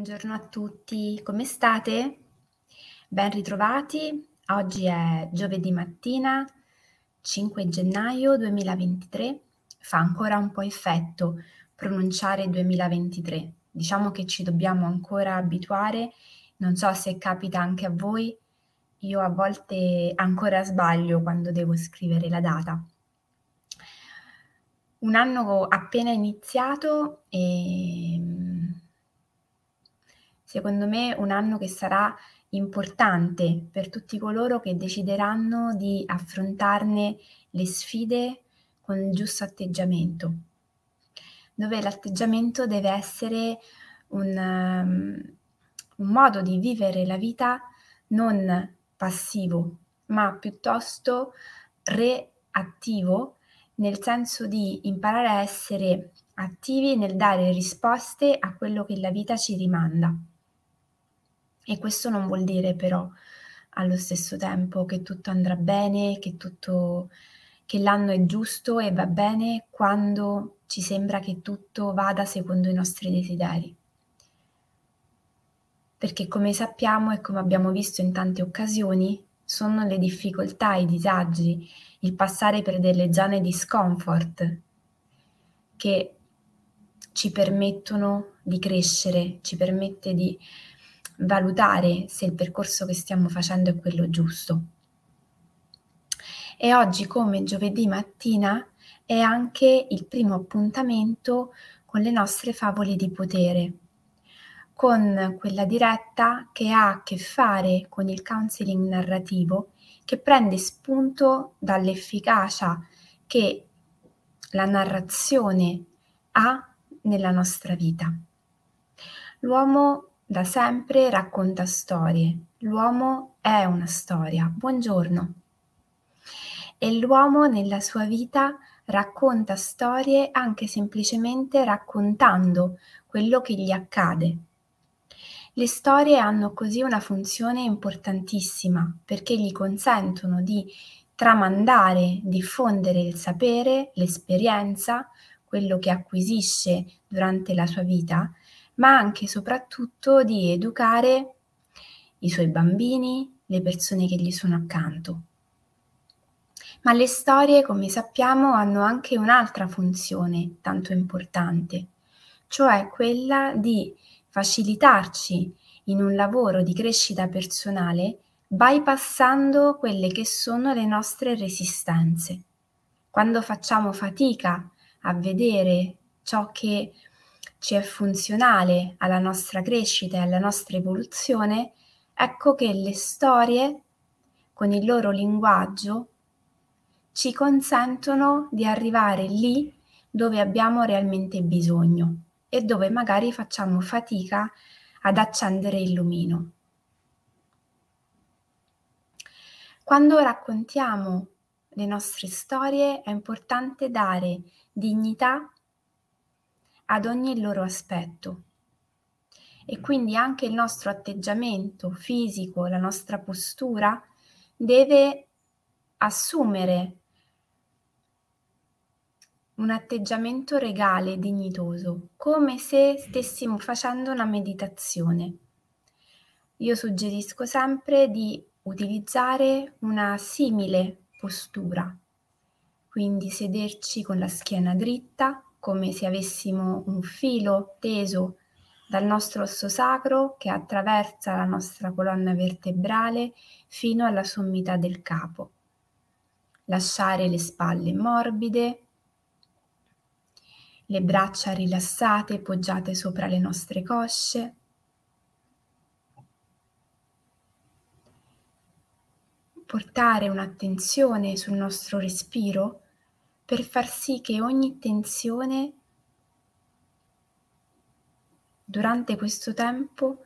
Buongiorno a tutti, come state? Ben ritrovati. Oggi è giovedì mattina, 5 gennaio 2023. Fa ancora un po' effetto pronunciare 2023. Diciamo che ci dobbiamo ancora abituare. Non so se capita anche a voi. Io a volte ancora sbaglio quando devo scrivere la data. Un anno appena iniziato e secondo me un anno che sarà importante per tutti coloro che decideranno di affrontarne le sfide con il giusto atteggiamento, dove l'atteggiamento deve essere un modo di vivere la vita non passivo, ma piuttosto reattivo, nel senso di imparare a essere attivi nel dare risposte a quello che la vita ci rimanda. E questo non vuol dire però allo stesso tempo che tutto andrà bene, che l'anno è giusto e va bene quando ci sembra che tutto vada secondo i nostri desideri. Perché come sappiamo e come abbiamo visto in tante occasioni, sono le difficoltà, i disagi, il passare per delle zone di scomfort che ci permettono di crescere, ci permette di valutare se il percorso che stiamo facendo è quello giusto. E oggi, come giovedì mattina, è anche il primo appuntamento con le nostre favole di potere, con quella diretta che ha a che fare con il counseling narrativo, che prende spunto dall'efficacia che la narrazione ha nella nostra vita. L'uomo da sempre racconta storie, l'uomo è una storia. Buongiorno. E l'uomo nella sua vita racconta storie anche semplicemente raccontando quello che gli accade. Le storie hanno così una funzione importantissima perché gli consentono di tramandare, diffondere il sapere, l'esperienza, quello che acquisisce durante la sua vita, ma anche e soprattutto di educare i suoi bambini, le persone che gli sono accanto. Ma le storie, come sappiamo, hanno anche un'altra funzione tanto importante, cioè quella di facilitarci in un lavoro di crescita personale bypassando quelle che sono le nostre resistenze. Quando facciamo fatica a vedere ciò che ci è funzionale alla nostra crescita e alla nostra evoluzione, ecco che le storie, con il loro linguaggio, ci consentono di arrivare lì dove abbiamo realmente bisogno e dove magari facciamo fatica ad accendere il lumino. Quando raccontiamo le nostre storie è importante dare dignità ad ogni loro aspetto e quindi anche il nostro atteggiamento fisico, la nostra postura deve assumere un atteggiamento regale e dignitoso, come se stessimo facendo una meditazione. Io suggerisco sempre di utilizzare una simile postura, quindi sederci con la schiena dritta, come se avessimo un filo teso dal nostro osso sacro che attraversa la nostra colonna vertebrale fino alla sommità del capo. Lasciare le spalle morbide, le braccia rilassate poggiate sopra le nostre cosce. Portare un'attenzione sul nostro respiro per far sì che ogni tensione durante questo tempo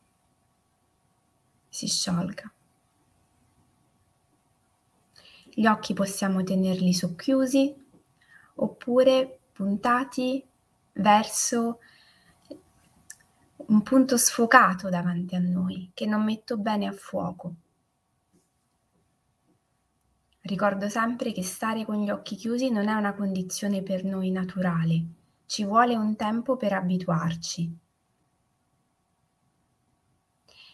si sciolga. Gli occhi possiamo tenerli socchiusi oppure puntati verso un punto sfocato davanti a noi, che non metto bene a fuoco. Ricordo sempre che stare con gli occhi chiusi non è una condizione per noi naturale, ci vuole un tempo per abituarci.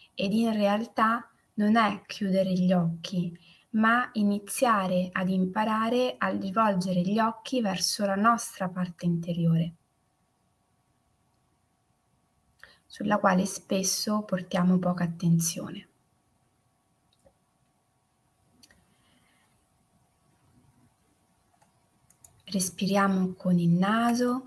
ed in realtà non è chiudere gli occhi, ma iniziare ad imparare a rivolgere gli occhi verso la nostra parte interiore, sulla quale spesso portiamo poca attenzione. Respiriamo con il naso,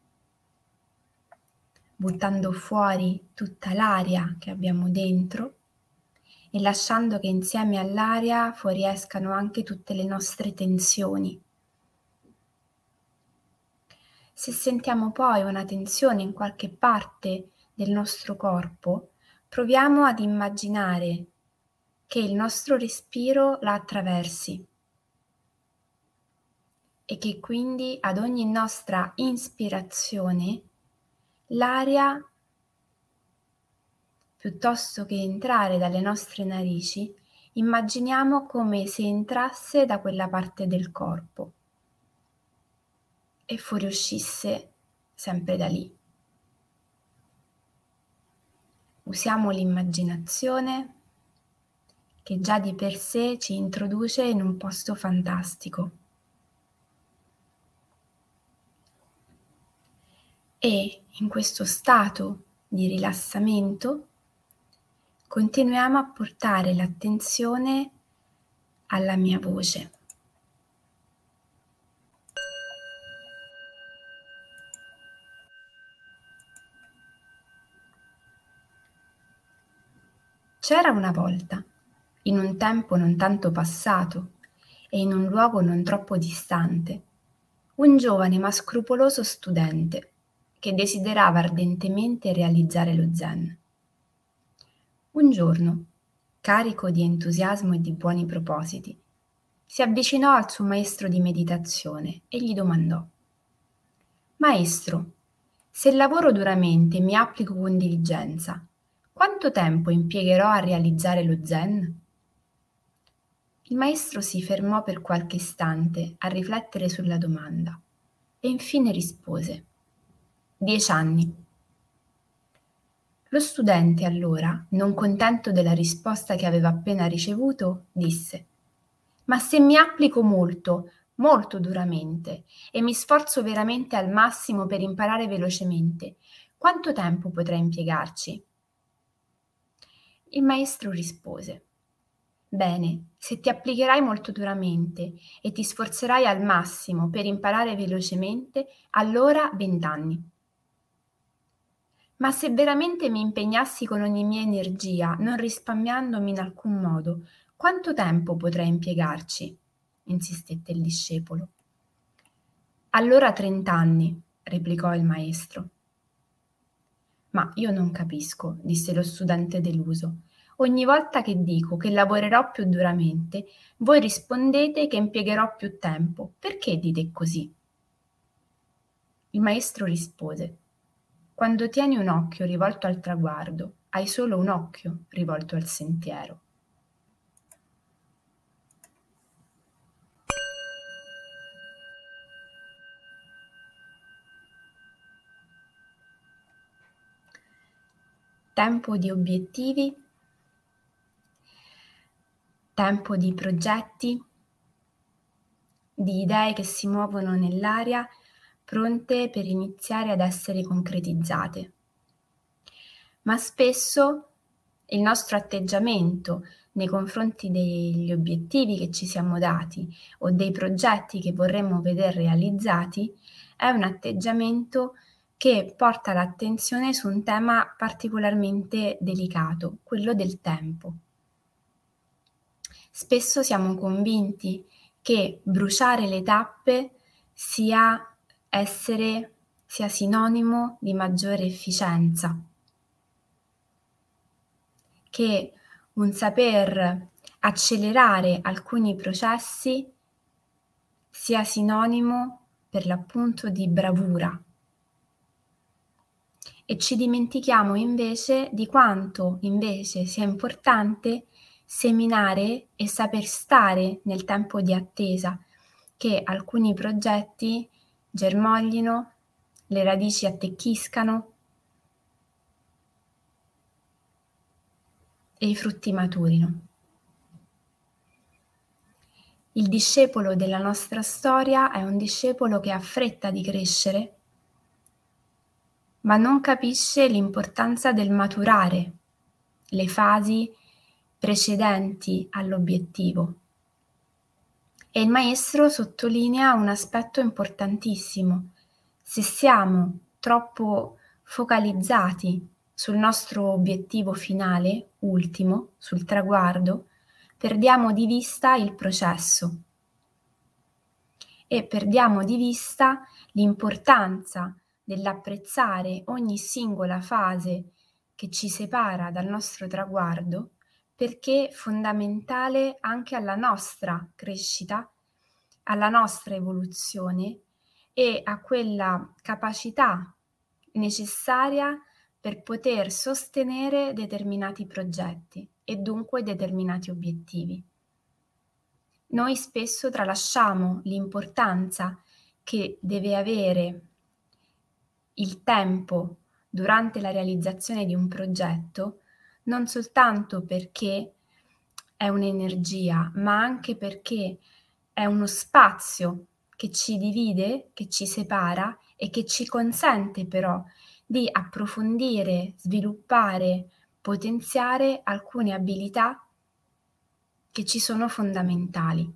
buttando fuori tutta l'aria che abbiamo dentro e lasciando che insieme all'aria fuoriescano anche tutte le nostre tensioni. Se sentiamo poi una tensione in qualche parte del nostro corpo, proviamo ad immaginare che il nostro respiro la attraversi e che quindi ad ogni nostra inspirazione l'aria, piuttosto che entrare dalle nostre narici, immaginiamo come se entrasse da quella parte del corpo e fuoriuscisse sempre da lì. Usiamo l'immaginazione che già di per sé ci introduce in un posto fantastico. E in questo stato di rilassamento continuiamo a portare l'attenzione alla mia voce. C'era una volta, in un tempo non tanto passato e in un luogo non troppo distante, un giovane ma scrupoloso studente che desiderava ardentemente realizzare lo Zen. Un giorno, carico di entusiasmo e di buoni propositi, si avvicinò al suo maestro di meditazione e gli domandò: Maestro, se lavoro duramente e mi applico con diligenza, quanto tempo impiegherò a realizzare lo Zen? Il maestro si fermò per qualche istante a riflettere sulla domanda e infine rispose: 10 anni. Lo studente allora, non contento della risposta che aveva appena ricevuto, disse: Ma se mi applico molto, molto duramente e mi sforzo veramente al massimo per imparare velocemente, quanto tempo potrei impiegarci? Il maestro rispose: Bene, se ti applicherai molto duramente e ti sforzerai al massimo per imparare velocemente, allora 20 anni. Ma se veramente mi impegnassi con ogni mia energia, non risparmiandomi in alcun modo, quanto tempo potrei impiegarci? Insistette il discepolo. Allora 30 anni, replicò il maestro. Ma io non capisco, disse lo studente deluso. Ogni volta che dico che lavorerò più duramente, voi rispondete che impiegherò più tempo. Perché dite così? Il maestro rispose: Quando tieni un occhio rivolto al traguardo, hai solo un occhio rivolto al sentiero. Tempo di obiettivi, tempo di progetti, di idee che si muovono nell'aria, pronte per iniziare ad essere concretizzate. Ma spesso il nostro atteggiamento nei confronti degli obiettivi che ci siamo dati o dei progetti che vorremmo veder realizzati è un atteggiamento che porta l'attenzione su un tema particolarmente delicato, quello del tempo. Spesso siamo convinti che bruciare le tappe sia sinonimo di maggiore efficienza, che un saper accelerare alcuni processi sia sinonimo per l'appunto di bravura. E ci dimentichiamo invece di quanto invece sia importante seminare e saper stare nel tempo di attesa che alcuni progetti germoglino, le radici attecchiscano. e i frutti maturino. Il discepolo della nostra storia è un discepolo che ha fretta di crescere, ma non capisce l'importanza del maturare le fasi precedenti all'obiettivo. E il maestro sottolinea un aspetto importantissimo. Se siamo troppo focalizzati sul nostro obiettivo finale, ultimo, sul traguardo, perdiamo di vista il processo e perdiamo di vista l'importanza dell'apprezzare ogni singola fase che ci separa dal nostro traguardo, perché è fondamentale anche alla nostra crescita, alla nostra evoluzione e a quella capacità necessaria per poter sostenere determinati progetti e dunque determinati obiettivi. Noi spesso tralasciamo l'importanza che deve avere il tempo durante la realizzazione di un progetto, non soltanto perché è un'energia, ma anche perché è uno spazio che ci divide, che ci separa e che ci consente però di approfondire, sviluppare, potenziare alcune abilità che ci sono fondamentali.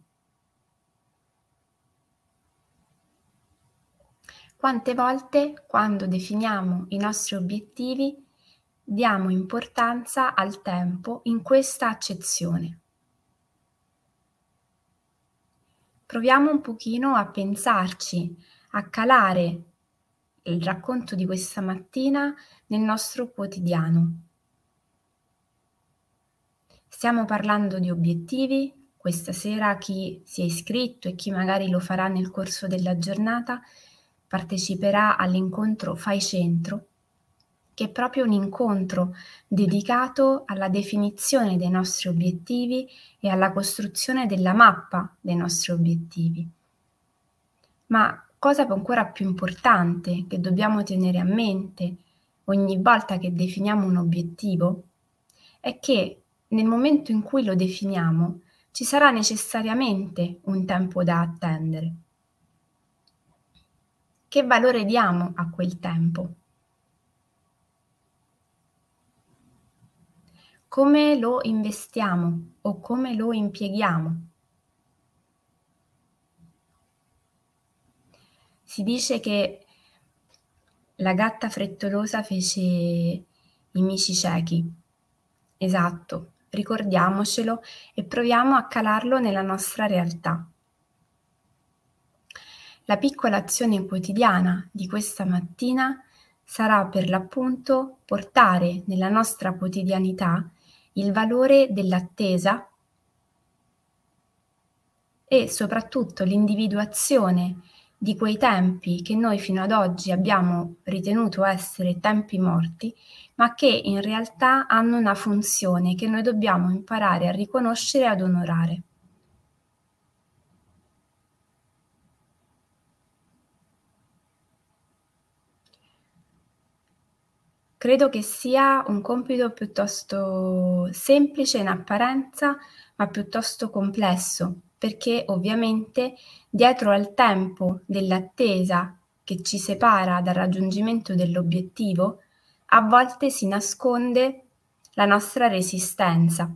Quante volte, quando definiamo i nostri obiettivi, diamo importanza al tempo in questa accezione? Proviamo un pochino a pensarci, a calare il racconto di questa mattina nel nostro quotidiano. Stiamo parlando di obiettivi. Questa sera chi si è iscritto e chi magari lo farà nel corso della giornata parteciperà all'incontro Fai Centro, che è proprio un incontro dedicato alla definizione dei nostri obiettivi e alla costruzione della mappa dei nostri obiettivi. Ma cosa ancora più importante che dobbiamo tenere a mente ogni volta che definiamo un obiettivo è che nel momento in cui lo definiamo ci sarà necessariamente un tempo da attendere. Che valore diamo a quel tempo? Come lo investiamo o come lo impieghiamo? Si dice che la gatta frettolosa fece i mici ciechi. Esatto, ricordiamocelo e proviamo a calarlo nella nostra realtà. La piccola azione quotidiana di questa mattina sarà per l'appunto portare nella nostra quotidianità il valore dell'attesa e soprattutto l'individuazione di quei tempi che noi fino ad oggi abbiamo ritenuto essere tempi morti, ma che in realtà hanno una funzione che noi dobbiamo imparare a riconoscere e ad onorare. Credo che sia un compito piuttosto semplice in apparenza, ma piuttosto complesso, perché ovviamente dietro al tempo dell'attesa che ci separa dal raggiungimento dell'obiettivo, a volte si nasconde la nostra resistenza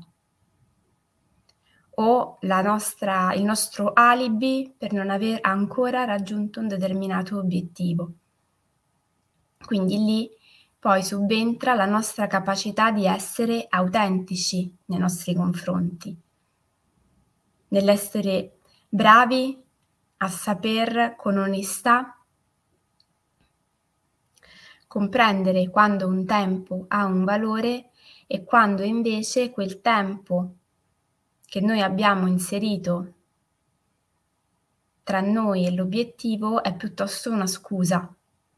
o il nostro alibi per non aver ancora raggiunto un determinato obiettivo. Quindi lì poi subentra la nostra capacità di essere autentici nei nostri confronti, nell'essere bravi a saper con onestà comprendere quando un tempo ha un valore e quando invece quel tempo che noi abbiamo inserito tra noi e l'obiettivo è piuttosto una scusa.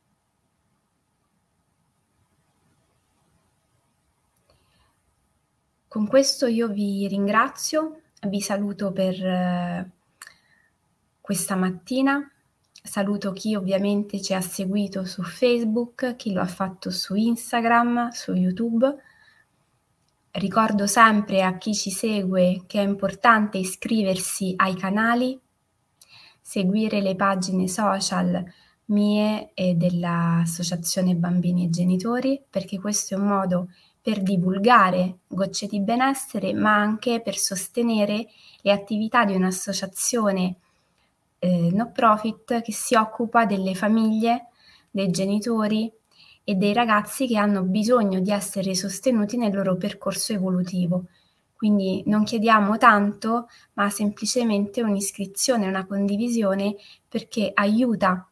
Con questo io vi ringrazio, vi saluto per questa mattina, saluto chi ovviamente ci ha seguito su Facebook, chi lo ha fatto su Instagram, su YouTube Ricordo sempre a chi ci segue che è importante iscriversi ai canali, seguire le pagine social mie e dell'Associazione Bambini e Genitori, perché questo è un modo per divulgare Gocce di Benessere, ma anche per sostenere le attività di un'associazione no profit che si occupa delle famiglie, dei genitori e dei ragazzi che hanno bisogno di essere sostenuti nel loro percorso evolutivo. Quindi non chiediamo tanto, ma semplicemente un'iscrizione, una condivisione perché aiuta,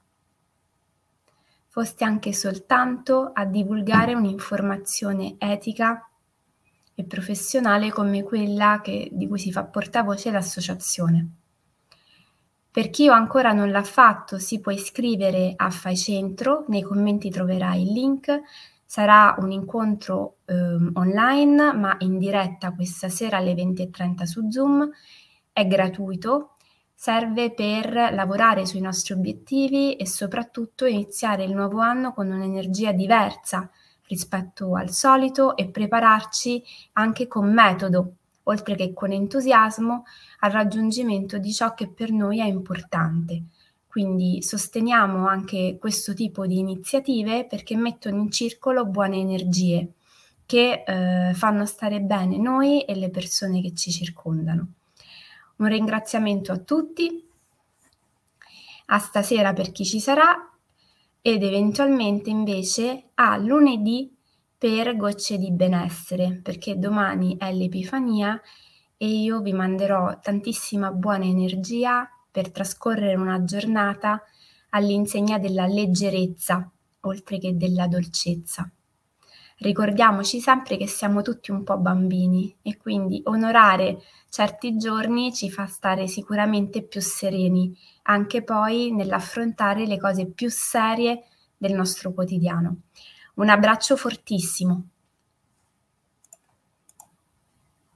foste anche soltanto a divulgare un'informazione etica e professionale come quella di cui si fa portavoce l'associazione. Per chi o ancora non l'ha fatto, si può iscrivere a Fai Centro, nei commenti troverai il link. Sarà un incontro online, ma in diretta questa sera alle 20:30 su Zoom. È gratuito, serve per lavorare sui nostri obiettivi e soprattutto iniziare il nuovo anno con un'energia diversa rispetto al solito e prepararci anche con metodo, oltre che con entusiasmo, al raggiungimento di ciò che per noi è importante. Quindi sosteniamo anche questo tipo di iniziative perché mettono in circolo buone energie che fanno stare bene noi e le persone che ci circondano. Un ringraziamento a tutti, a stasera per chi ci sarà ed eventualmente invece a lunedì per Gocce di Benessere, perché domani è l'Epifania e io vi manderò tantissima buona energia per trascorrere una giornata all'insegna della leggerezza, oltre che della dolcezza. Ricordiamoci sempre che siamo tutti un po' bambini e quindi onorare certi giorni ci fa stare sicuramente più sereni, anche poi nell'affrontare le cose più serie del nostro quotidiano. Un abbraccio fortissimo.